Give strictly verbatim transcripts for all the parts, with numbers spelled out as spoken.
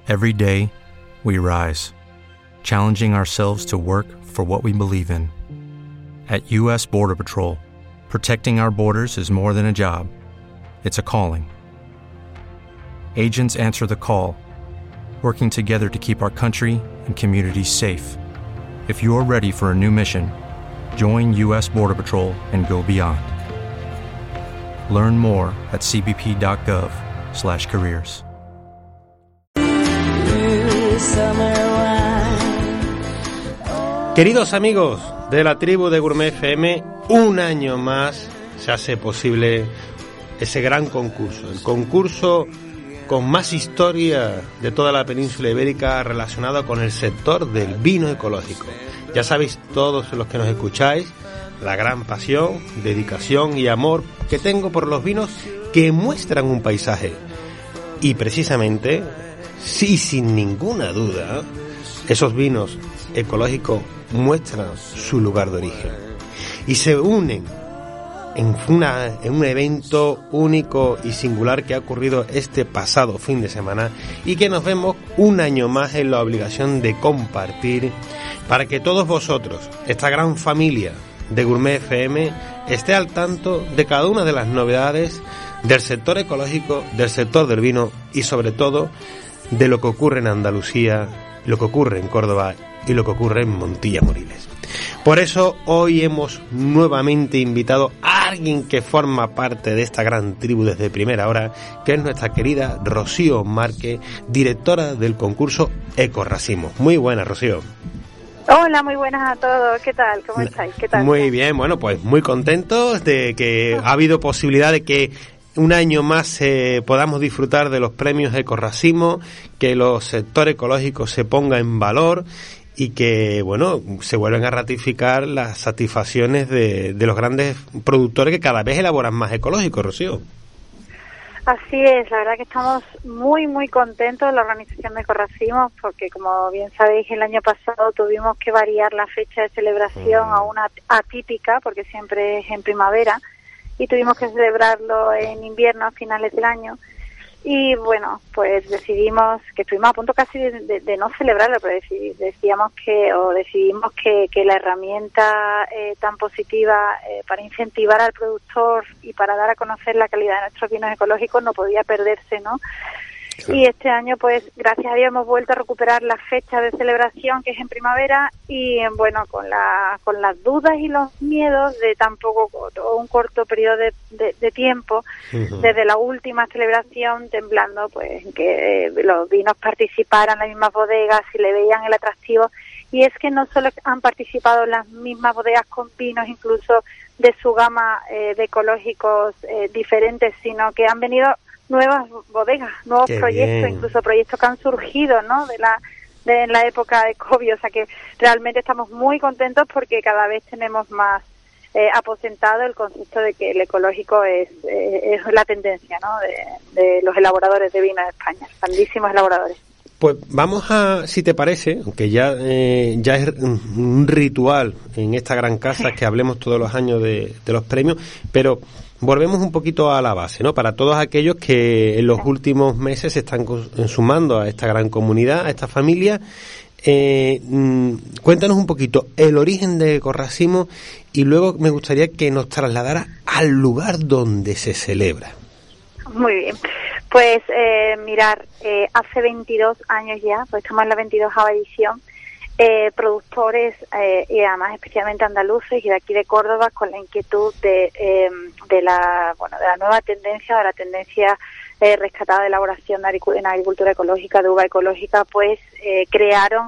Every day, we rise, challenging ourselves to work for what we believe in. At U S Border Patrol, protecting our borders is more than a job. It's a calling. Agents answer the call, working together to keep our country and communities safe. If you're ready for a new mission, join U S Border Patrol and go beyond. Learn more at c b p dot gov slash careers. Queridos amigos de la tribu de Gourmet F M, un año más se hace posible ese gran concurso, el concurso con más historia de toda la península ibérica relacionado con el sector del vino ecológico. Ya sabéis todos los que nos escucháis la gran pasión, dedicación y amor que tengo por los vinos que muestran un paisaje. Y precisamente, sí, sin ninguna duda, esos vinos ecológicos muestran su lugar de origen. Y se unen en, una, en un evento único y singular que ha ocurrido este pasado fin de semana y que nos vemos un año más en la obligación de compartir para que todos vosotros, esta gran familia de Gourmet F M, esté al tanto de cada una de las novedades del sector ecológico, del sector del vino y sobre todo de lo que ocurre en Andalucía, lo que ocurre en Córdoba y lo que ocurre en Montilla Moriles. Por eso hoy hemos nuevamente invitado a alguien que forma parte de esta gran tribu desde primera hora, que es nuestra querida Rocío Márquez, directora del concurso Ecorracimo. Muy buenas, Rocío. Hola, muy buenas a todos. ¿Qué tal? ¿Cómo estáis? ¿Qué tal? Muy bien, bueno, pues muy contentos de que ha habido posibilidad de que un año más eh, podamos disfrutar de los premios Ecorracimo, que el sector ecológico se ponga en valor y que, bueno, se vuelven a ratificar las satisfacciones de, de los grandes productores que cada vez elaboran más ecológicos, Rocío. Así es, la verdad que estamos muy, muy contentos de la organización de Ecorracimo, porque como bien sabéis, el año pasado tuvimos que variar la fecha de celebración a una atípica, porque siempre es en primavera, y tuvimos que celebrarlo en invierno a finales del año. Y bueno, pues decidimos, que estuvimos a punto casi de, de, de no celebrarlo, pero decidimos, decíamos que, o decidimos que, que la herramienta eh, tan positiva eh, para incentivar al productor y para dar a conocer la calidad de nuestros vinos ecológicos no podía perderse, ¿no? Claro. Y este año, pues, gracias a Dios hemos vuelto a recuperar la fecha de celebración, que es en primavera, y bueno, con la con las dudas y los miedos de tan poco o un corto periodo de, de, de tiempo, uh-huh. desde la última celebración, temblando, pues, que eh, los vinos participaran en las mismas bodegas, si le veían el atractivo. Y es que no solo han participado las mismas bodegas con vinos, incluso de su gama eh, de ecológicos eh, diferentes, sino que han venido nuevas bodegas, nuevos Qué proyectos, bien. Incluso proyectos que han surgido, ¿no?, de la de en la época de COVID, o sea que realmente estamos muy contentos porque cada vez tenemos más eh, aposentado el concepto de que el ecológico es eh, es la tendencia, ¿no?, de, de los elaboradores de vino de España, grandísimos elaboradores. Pues vamos a, si te parece, aunque ya eh, ya es un ritual en esta gran casa que hablemos todos los años de, de los premios, pero volvemos un poquito a la base, ¿no? Para todos aquellos que en los últimos meses se están sumando a esta gran comunidad, a esta familia, eh, mmm, cuéntanos un poquito el origen de Ecorracimo y luego me gustaría que nos trasladara al lugar donde se celebra. Muy bien. Pues eh, mirar, eh, hace veintidós años ya, pues estamos en la veintidosava edición, eh, productores eh, y además especialmente andaluces y de aquí de Córdoba, con la inquietud de eh, de la bueno de la nueva tendencia, de la tendencia eh, rescatada de elaboración de agric- en agricultura ecológica, de uva ecológica, pues eh, crearon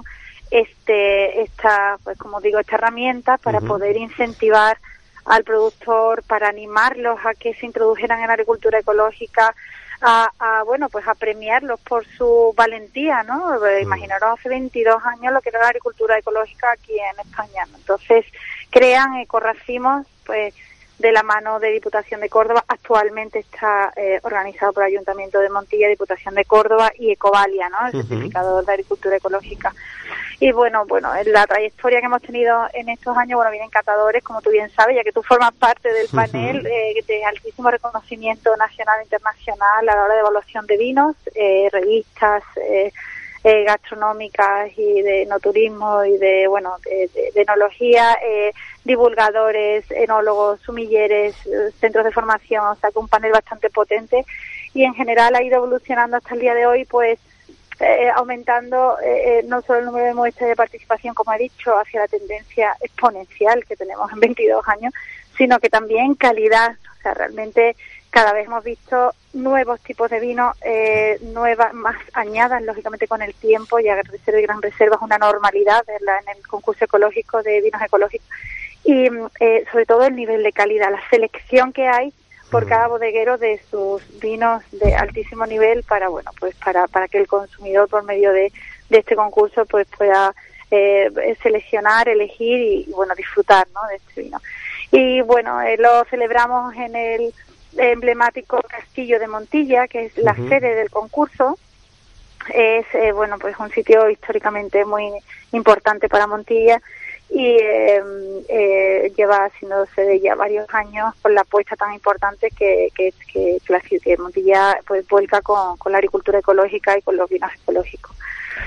este esta pues como digo esta herramienta para uh-huh. poder incentivar al productor, para animarlos a que se introdujeran en la agricultura ecológica, a, a bueno pues a premiarlos por su valentía, ¿no? Mm. Imaginaros hace veintidós años lo que era la agricultura ecológica aquí en España, ¿no? Entonces crean Ecorracimos, pues de la mano de Diputación de Córdoba. Actualmente está eh, organizado por el Ayuntamiento de Montilla, Diputación de Córdoba y Ecovalia, ¿no?, el uh-huh. certificador de agricultura ecológica. Y bueno, bueno, en la trayectoria que hemos tenido en estos años, bueno, vienen catadores, como tú bien sabes, ya que tú formas parte del panel uh-huh. eh, de altísimo reconocimiento nacional e internacional a la hora de evaluación de vinos, eh, revistas, eh, eh, gastronómicas y de enoturismo y de, bueno, de, de, de enología, eh, divulgadores, enólogos, sumilleres, eh, centros de formación, o sea que un panel bastante potente y en general ha ido evolucionando hasta el día de hoy, pues eh, aumentando eh, no solo el número de muestras de participación, como he dicho, hacia la tendencia exponencial que tenemos en veintidós años, sino que también calidad, o sea, realmente cada vez hemos visto nuevos tipos de vino, eh, nuevas, más añadas, lógicamente, con el tiempo, y Reserva y Gran Reserva es una normalidad en, la, en el concurso ecológico de vinos ecológicos. Y eh, sobre todo el nivel de calidad, la selección que hay por cada bodeguero de sus vinos de altísimo nivel para, bueno, pues para, para que el consumidor, por medio de, de este concurso, pues pueda eh, seleccionar, elegir y, y, bueno, disfrutar, ¿no?, de este vino. Y, bueno, eh, lo celebramos en el emblemático Castillo de Montilla, que es la uh-huh. sede del concurso. Es eh, bueno, pues un sitio históricamente muy importante para Montilla y eh, eh, lleva siendo sede ya varios años con la apuesta tan importante que que, que, que la que Montilla pues vuelca con, con la agricultura ecológica y con los vinos ecológicos.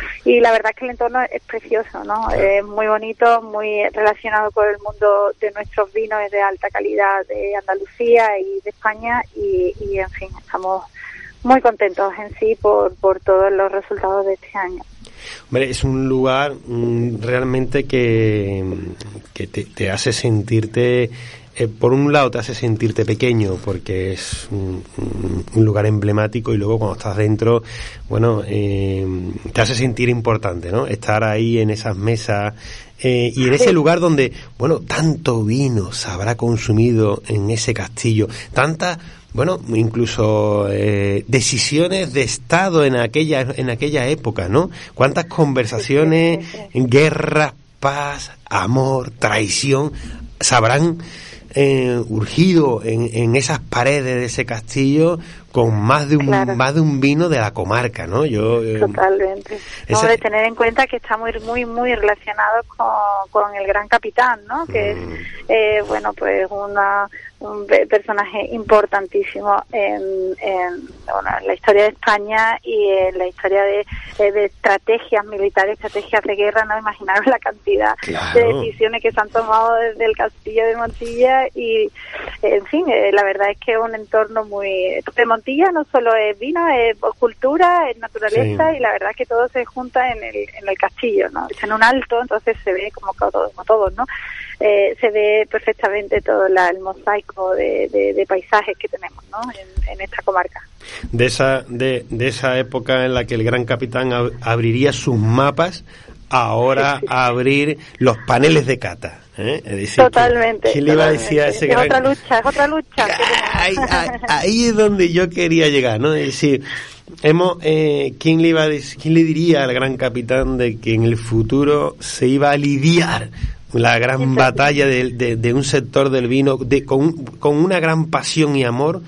Y la verdad es que el entorno es precioso, ¿no? Es muy bonito, muy relacionado con el mundo de nuestros vinos de alta calidad de Andalucía y de España y, y en fin, estamos muy contentos en sí por, por todos los resultados de este año. Hombre, es un lugar mm, realmente que, que te, te hace sentirte... Eh, por un lado te hace sentirte pequeño porque es un, un, un lugar emblemático y luego cuando estás dentro, bueno, eh, te hace sentir importante, ¿no? Estar ahí en esas mesas eh, y en ese lugar donde, bueno, tanto vino se habrá consumido en ese castillo, tantas, bueno, incluso eh, decisiones de Estado en aquella en aquella época, ¿no? Cuántas conversaciones, guerras, paz, amor, traición sabrán Eh, urgido en, en esas paredes de ese castillo con más de un claro. más de un vino de la comarca, ¿no? Yo eh, totalmente. Esa... No, de tener en cuenta que está muy muy muy relacionado con, con el Gran Capitán, ¿no? Que mm. es eh, bueno, pues una un personaje importantísimo en, en, bueno, en la historia de España y en la historia de, de estrategias militares, estrategias de guerra. No imaginaros la cantidad claro. de decisiones que se han tomado desde el Castillo de Montilla y, en fin, eh, la verdad es que es un entorno muy... De Montilla no solo es vino, es cultura, es naturaleza sí. y la verdad es que todo se junta en el, en el castillo, ¿no? Está en un alto, entonces se ve como todo, como todos, ¿no? Eh, se ve perfectamente todo la, el mosaico de, de, de paisajes que tenemos, ¿no? en, en esta comarca. De esa de, de esa época en la que el Gran Capitán ab- abriría sus mapas, ahora sí, sí, sí. a abrir los paneles de cata. ¿eh? Es decir, totalmente. ¿quién le iba a decir a ese es gran... otra lucha, es otra lucha. ahí, ahí, ahí es donde yo quería llegar, ¿no? Es decir, hemos, eh, ¿quién le iba a decir, quién le diría al Gran Capitán de que en el futuro se iba a lidiar la gran batalla de, de, de un sector del vino de, con, con una gran pasión y amor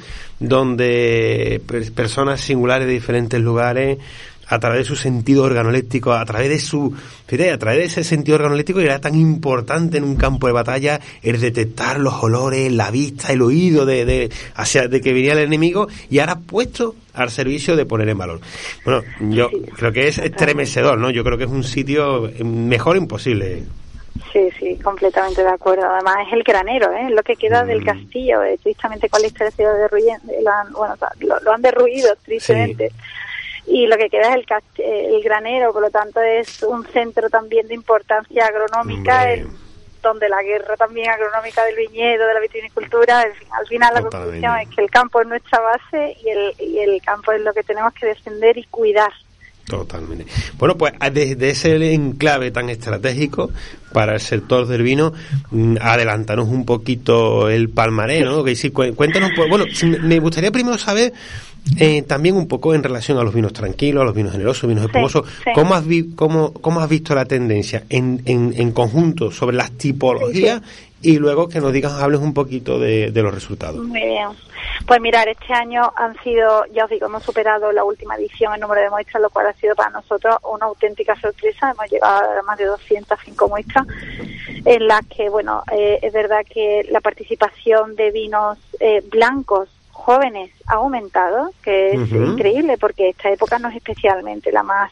donde personas singulares de diferentes lugares a través de su sentido organoléptico, a través de su, fíjate, a través de ese sentido organoléptico, era tan importante en un campo de batalla el detectar los olores, la vista, el oído de, de hacia de que venía el enemigo, y ahora puesto al servicio de poner en valor. Bueno, yo sí, creo que es estremecedor, ¿no? Yo creo que es un sitio mejor imposible. Sí, sí, completamente de acuerdo. Además es el granero, ¿eh? Lo que queda mm. del castillo, eh, tristemente con la historia se ha derruido, lo han, bueno, lo, lo han derruido tristemente. Sí. Y lo que queda es el, cast- el granero, por lo tanto es un centro también de importancia agronómica, el, donde la guerra también agronómica del viñedo, de la vitivinicultura, en fin, al final la conclusión es que el campo es nuestra base y el, y el campo es lo que tenemos que defender y cuidar. Totalmente. Bueno, pues desde ese enclave tan estratégico para el sector del vino, adelántanos un poquito el palmarés, ¿no? Que sí, cuéntanos, pues, bueno, me gustaría primero saber eh, también un poco en relación a los vinos tranquilos, a los vinos generosos, vinos espumosos, sí, sí. ¿Cómo has vi, cómo, cómo has visto la tendencia en, en, en conjunto sobre las tipologías? Sí, sí. Y luego que nos digas, hables un poquito de, de los resultados. Muy bien. Pues mirar, este año han sido, ya os digo, hemos superado la última edición en número de muestras, lo cual ha sido para nosotros una auténtica sorpresa. Hemos llegado a más de doscientas cinco muestras, en las que, bueno, eh, es verdad que la participación de vinos eh, blancos jóvenes ha aumentado, que es uh-huh. increíble, porque esta época no es especialmente la más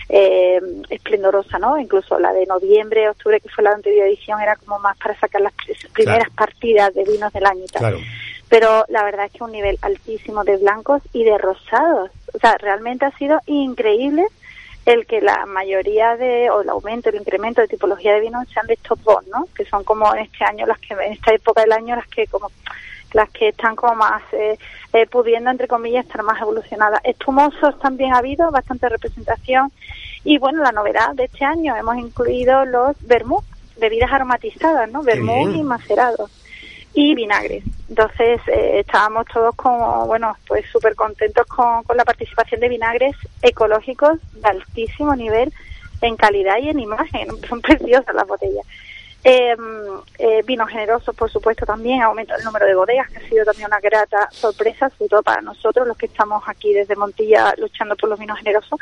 eh, esplendorosa, ¿no? Incluso la de noviembre, octubre, que fue la anterior edición, era como más para sacar las primeras claro. partidas de vinos del año y tal. Claro. Pero la verdad es que un nivel altísimo de blancos y de rosados. O sea, realmente ha sido increíble el que la mayoría de, o el aumento, el incremento de tipología de vinos sean de estos dos, ¿no? Que son como en este año, las que en esta época del año, las que como las que están como más eh, eh, pudiendo, entre comillas, estar más evolucionadas. Espumosos también ha habido bastante representación. Y bueno, la novedad de este año, hemos incluido los vermut, bebidas aromatizadas, ¿no? Vermut y macerados. Y vinagres. Entonces eh, estábamos todos como, bueno, pues súper contentos con, con la participación de vinagres ecológicos de altísimo nivel en calidad y en imagen. Son preciosas las botellas. Eh, eh, vinos generosos, por supuesto, también aumenta el número de bodegas, que ha sido también una grata sorpresa, sobre todo para nosotros, los que estamos aquí desde Montilla luchando por los vinos generosos.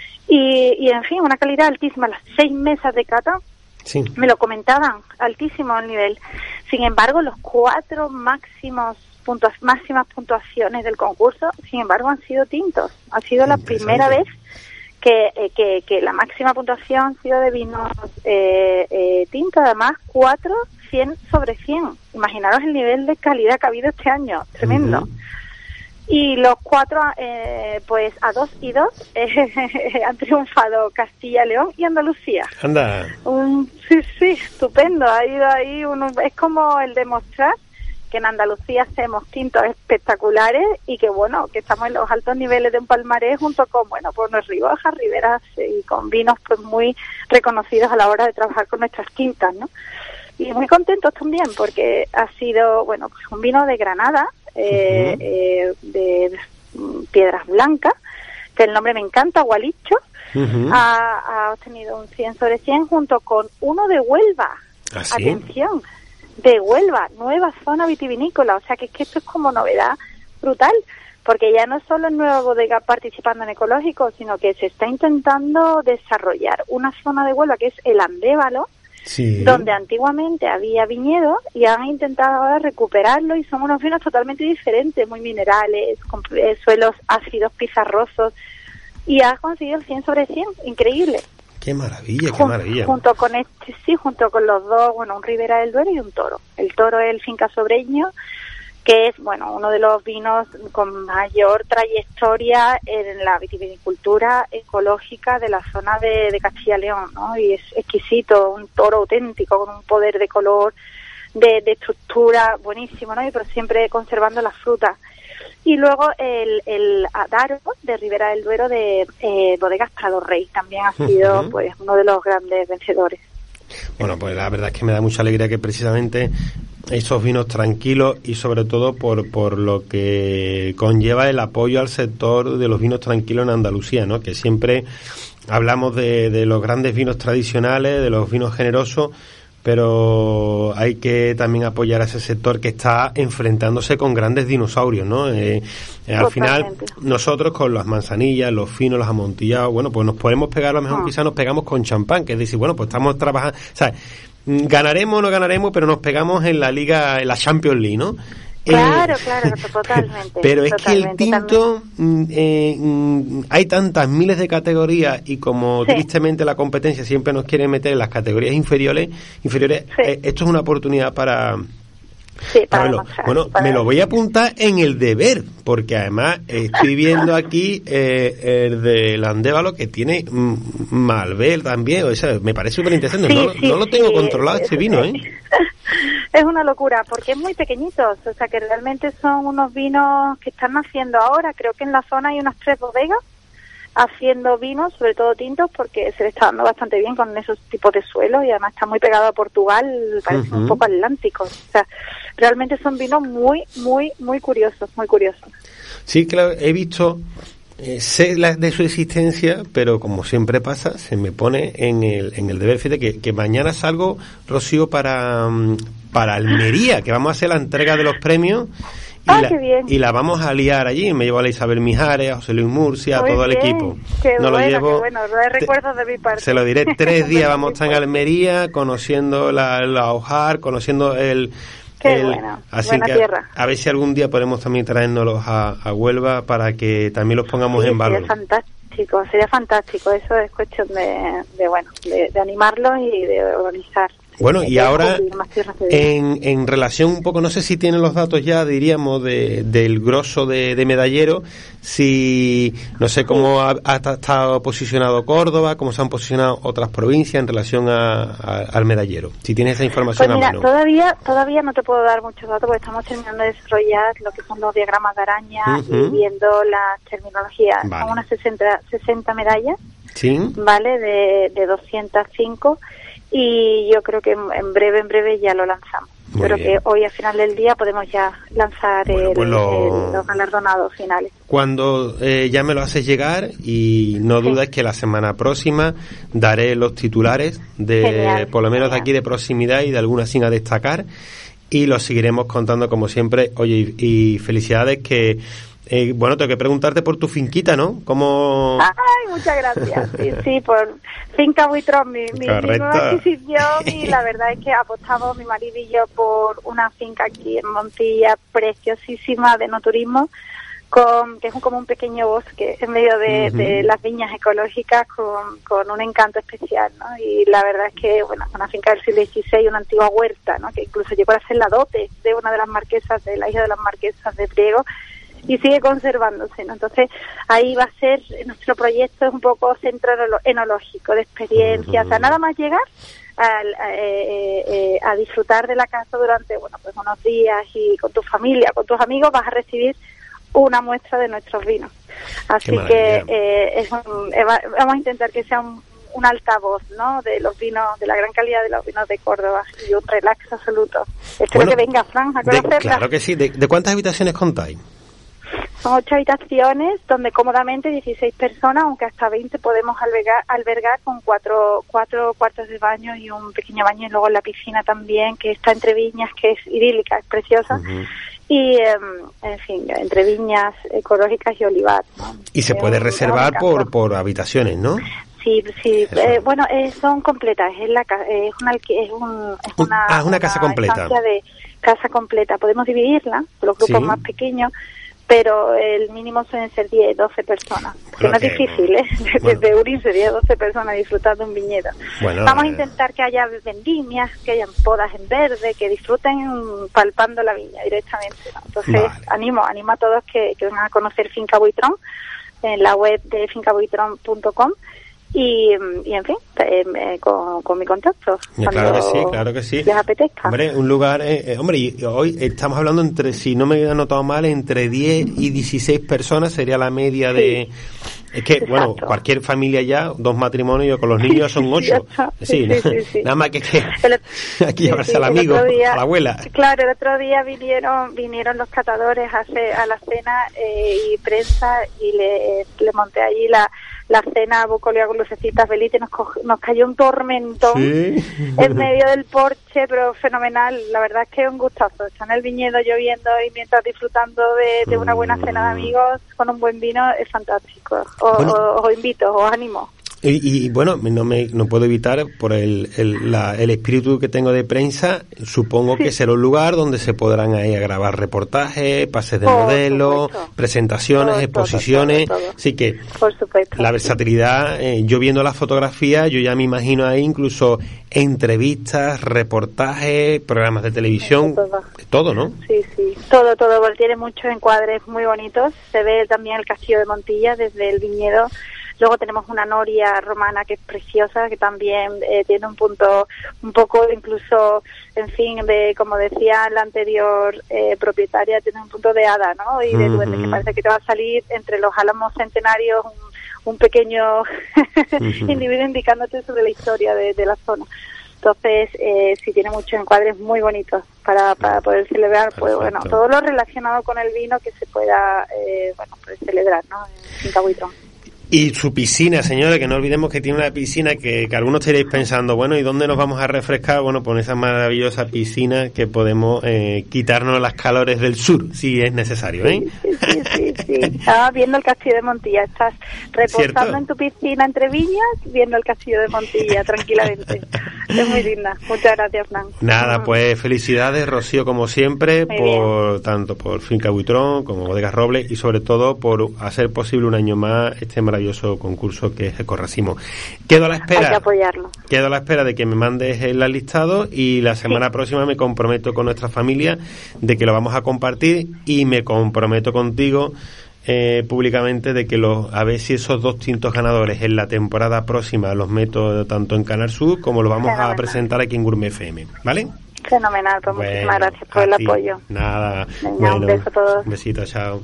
Y, y en fin, una calidad altísima. Las seis mesas de cata, sí. me lo comentaban, altísimo el nivel. Sin embargo, los cuatro máximos puntos, máximas puntuaciones del concurso, sin embargo, han sido tintos. Ha sido la primera vez que, eh, que, que la máxima puntuación ha sido de vinos eh, eh, tintos, además cuatro, cien sobre cien. Imaginaros el nivel de calidad que ha habido este año, tremendo. Uh-huh. Y los cuatro, eh, pues a dos y dos, eh, han triunfado Castilla, León y Andalucía. Anda. Un, sí, sí, estupendo. Ha ido ahí, uno, es como el demostrar que en Andalucía hacemos tintos espectaculares y que, bueno, que estamos en los altos niveles de un palmarés junto con, bueno, pues unos Rioja, Riberas y con vinos pues muy reconocidos a la hora de trabajar con nuestras quintas, ¿no? Y muy contentos también porque ha sido, bueno, pues un vino de Granada, eh, uh-huh. eh, de, de piedras blancas, que el nombre me encanta, Gualicho, uh-huh. ha, ha obtenido un cien sobre cien junto con uno de Huelva. ¿Ah, sí? Atención, de Huelva, nueva zona vitivinícola, o sea que es que esto es como novedad brutal, porque ya no solo es nueva bodega participando en ecológico, sino que se está intentando desarrollar una zona de Huelva que es el Andévalo, sí. donde antiguamente había viñedos y han intentado ahora recuperarlo y son unos vinos totalmente diferentes, muy minerales, con eh, suelos ácidos, pizarrosos, y ha conseguido el cien sobre cien, increíble. Qué maravilla, qué maravilla. Junto con este, sí, junto con los dos, bueno, un Ribera del Duero y un Toro. El Toro es el Finca Sobreño, que es, bueno, uno de los vinos con mayor trayectoria en la vitivinicultura ecológica de la zona de, de Castilla y León, ¿no? Y es exquisito, un toro auténtico, con un poder de color, de, de estructura buenísimo, ¿no? Y pero siempre conservando las frutas. Y luego el, el Adaro de Ribera del Duero de eh, Bodegas Prado Rey también ha sido uh-huh. pues uno de los grandes vencedores. Bueno, pues la verdad es que me da mucha alegría que precisamente esos vinos tranquilos y sobre todo por por lo que conlleva el apoyo al sector de los vinos tranquilos en Andalucía, ¿no? Que siempre hablamos de, de los grandes vinos tradicionales, de los vinos generosos, pero hay que también apoyar a ese sector que está enfrentándose con grandes dinosaurios, ¿no? Eh, eh, al final, nosotros con las manzanillas, los finos, los amontillados, bueno, pues nos podemos pegar, a lo mejor ah. quizás nos pegamos con champán, que es decir, bueno, pues estamos trabajando, o sea, ganaremos o no ganaremos, pero nos pegamos en la Liga, en la Champions League, ¿no? Claro, eh, claro, totalmente. Pero es totalmente, que el tinto, eh, hay tantas miles de categorías y como sí. tristemente la competencia siempre nos quiere meter en las categorías inferiores, inferiores sí. eh, esto es una oportunidad para... Sí, para verlo. Mostrar, bueno, para me lo voy a apuntar en el deber, porque además estoy viendo aquí eh, el del Andévalo que tiene mm, Malbec también, o sea, me parece súper interesante, sí, no, sí, no lo tengo sí, controlado este vino, ¿eh? Es una locura, porque es muy pequeñitos, o sea que realmente son unos vinos que están naciendo ahora, creo que en la zona hay unas tres bodegas haciendo vinos, sobre todo tintos, porque se le está dando bastante bien con esos tipos de suelos y además está muy pegado a Portugal, parece uh-huh. un poco atlántico. O sea, realmente son vinos muy, muy, muy curiosos, muy curiosos. Sí, claro, he visto, eh, sé la, de su existencia, pero como siempre pasa, se me pone en el, en el deber. Fíjate que, que mañana salgo, Rocío, para, para Almería, que vamos a hacer la entrega de los premios. Y, ah, la, qué bien. y la vamos a liar allí. Me llevo a la Isabel Mijares, a José Luis Murcia, Muy a todo bien. el equipo. Qué no bueno, lo llevo. qué bueno, no hay recuerdos de mi parte. Se lo diré, tres días vamos a estar en Almería, conociendo la, la Ojar, conociendo el... Qué el, bueno, así buena que tierra. A, a ver si algún día podemos también traérnoslos a, a Huelva para que también los pongamos sí, en valor. Sí, es fantástico. fantástico, sería fantástico. Eso es cuestión de, de bueno, de, de animarlos y de organizar. Bueno, y ahora, en, en relación un poco, no sé si tienen los datos ya, diríamos, de, del grosso de, de medallero, si, no sé cómo ha, ha estado posicionado Córdoba, cómo se han posicionado otras provincias en relación a, a, al medallero. Si tienes esa información pues mira, a mano. Todavía, todavía no te puedo dar muchos datos porque estamos terminando de desarrollar lo que son los diagramas de araña uh-huh. y viendo la terminología. Vale. Son unas sesenta, sesenta medallas, ¿sí? ¿Vale? De, de doscientos cinco. Y yo creo que en breve, en breve ya lo lanzamos. Muy creo bien. Que hoy al final del día podemos ya lanzar bueno, el, pues lo... el, los galardonados finales. Cuando eh, ya me lo haces llegar y no dudes sí. que la semana próxima daré los titulares de genial, por lo menos genial. De aquí de proximidad y de alguna sin a destacar y los seguiremos contando como siempre. Oye, y, y felicidades que... Eh, bueno, tengo que preguntarte por tu finquita, ¿no? ¿Cómo...? Ay, muchas gracias. Sí, sí, por Finca Buitrón, mi, mi, mi nueva adquisición y la verdad es que apostamos mi marido y yo por una finca aquí en Montilla preciosísima de no turismo, con, que es un, como un pequeño bosque en medio de, uh-huh. de las viñas ecológicas con, con un encanto especial, ¿no? Y la verdad es que, bueno, es una finca del siglo dieciséis, una antigua huerta, ¿no? Que incluso llegó a ser la dote de una de las marquesas, de la hija de las marquesas de Priego, y sigue conservándose, ¿no? Entonces ahí va a ser nuestro proyecto, es un poco centro enológico de experiencia, uh-huh. o sea, nada más llegar a, a, eh, a disfrutar de la casa durante, bueno, pues unos días y con tu familia, con tus amigos vas a recibir una muestra de nuestros vinos. Así que eh, es un, eh, vamos a intentar que sea un, un altavoz, ¿no? De los vinos, de la gran calidad de los vinos de Córdoba y un relax absoluto. Espero bueno, que venga, Fran, a conocerla. De, claro que sí. ¿De, de cuántas habitaciones contáis? Son ocho habitaciones donde cómodamente dieciséis personas, aunque hasta veinte podemos albergar, albergar con cuatro, cuatro cuartos de baño y un pequeño baño, y luego la piscina también, que está entre viñas, que es idílica, es preciosa. Uh-huh. Y, eh, en fin, entre viñas ecológicas y olivar, ¿no? Y se puede eh, reservar por, por habitaciones, ¿no? Sí, sí. Eh, bueno, eh, son completas. Es la es una es un es una, ah, una casa una completa. de casa completa. Podemos dividirla por los grupos ¿sí? más pequeños, pero el mínimo suelen ser diez, doce personas. Que okay. no es difícil, ¿eh? Desde bueno. de Urín sería doce personas disfrutando de un viñedo. Bueno, Vamos eh... a intentar que haya vendimias, que hayan podas en verde, que disfruten palpando la viña directamente, ¿no? Entonces, vale. animo, animo a todos que, que vengan a conocer Finca Buitrón en la web de finca buitrón punto com. Y, y en fin, eh, con, con mi contacto. Claro que sí, claro que sí. Les apetezca. Hombre, un lugar, eh, eh, hombre, y hoy estamos hablando entre, si no me he anotado mal, entre diez y dieciséis personas sería la media de... Sí. Es que, exacto. Bueno, cualquier familia ya, dos matrimonios con los niños son ocho. Sí, sí, sí, sí, sí. Nada más que, que el, aquí llevarse sí, sí, al amigo, día, a la abuela. Claro, el otro día vinieron vinieron los catadores a, hacer, a la cena eh, y prensa y le, le monté allí la... la cena bucólica con lucecitas, velita, y nos, co- nos cayó un tormentón ¿sí? en medio del porche, pero fenomenal. La verdad es que es un gustazo. Está en el viñedo lloviendo y mientras disfrutando de, de una buena cena de amigos con un buen vino es fantástico. Os, bueno. os, os invito, os animo. Y, y bueno, no me no puedo evitar, por el el, la, el espíritu que tengo de prensa, supongo sí. que será un lugar donde se podrán ahí a grabar reportajes, pases de por modelo, supuesto. presentaciones, todo, exposiciones. Todo, todo, todo. Así que por supuesto. La versatilidad, eh, yo viendo las fotografías, yo ya me imagino ahí incluso entrevistas, reportajes, programas de televisión, todo, todo ¿no? Sí, sí, todo, todo. Tiene muchos encuadres muy bonitos. Se ve también el castillo de Montilla desde el viñedo. Luego tenemos una noria romana que es preciosa, que también eh, tiene un punto un poco incluso, en fin, de como decía la anterior eh, propietaria, tiene un punto de hada, ¿no? Y de duende, uh-huh. que parece que te va a salir entre los álamos centenarios un, un pequeño uh-huh. individuo indicándote sobre la historia de, de la zona. Entonces, eh, sí tiene muchos encuadres muy bonitos para, para poder celebrar, pues Perfecto. bueno, todo lo relacionado con el vino que se pueda, eh, bueno, pues celebrar, ¿no? En Finca Buitrón. Y su piscina, señores, que no olvidemos que tiene una piscina que, que algunos estaréis pensando, bueno, ¿y dónde nos vamos a refrescar? Bueno, pues esa maravillosa piscina que podemos eh, quitarnos las calores del sur, si es necesario, ¿eh? Sí, sí, sí, sí. Estaba viendo el castillo de Montilla, estás reposando ¿cierto? En tu piscina entre viñas, viendo el castillo de Montilla tranquilamente. Es muy linda. Muchas gracias, Fran. Nada, pues felicidades, Rocío, como siempre, Muy por bien. tanto por Finca Buitrón como Bodegas Robles y sobre todo por hacer posible un año más este maravilloso concurso que es Ecorracimo. Quedo a la espera. Hay que apoyarlo. Quedo a la espera de que me mandes el listado y la semana sí. próxima me comprometo con nuestra familia de que lo vamos a compartir y me comprometo contigo eh, públicamente de que los a ver si esos dos tintos ganadores en la temporada próxima los meto tanto en Canal Sur como lo vamos Fenomenal. a presentar aquí en Gourmet F M, ¿vale? Fenomenal, pues bueno, muchísimas gracias por el ti. apoyo. Nada, Venga, bueno, un beso a todos. Un besito, chao.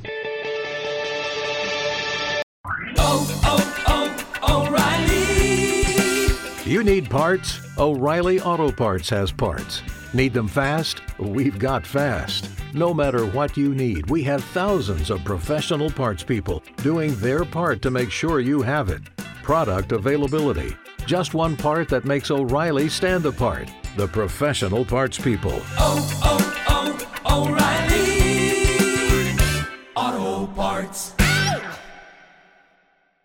Oh, oh, oh, O'Reilly. You need parts? O'Reilly Auto Parts has parts. Need them fast? We've got fast. No matter what you need, we have thousands of professional parts people doing their part to make sure you have it. Product availability. Just one part that makes O'Reilly stand apart. The professional parts people. Oh, oh, oh, O'Reilly.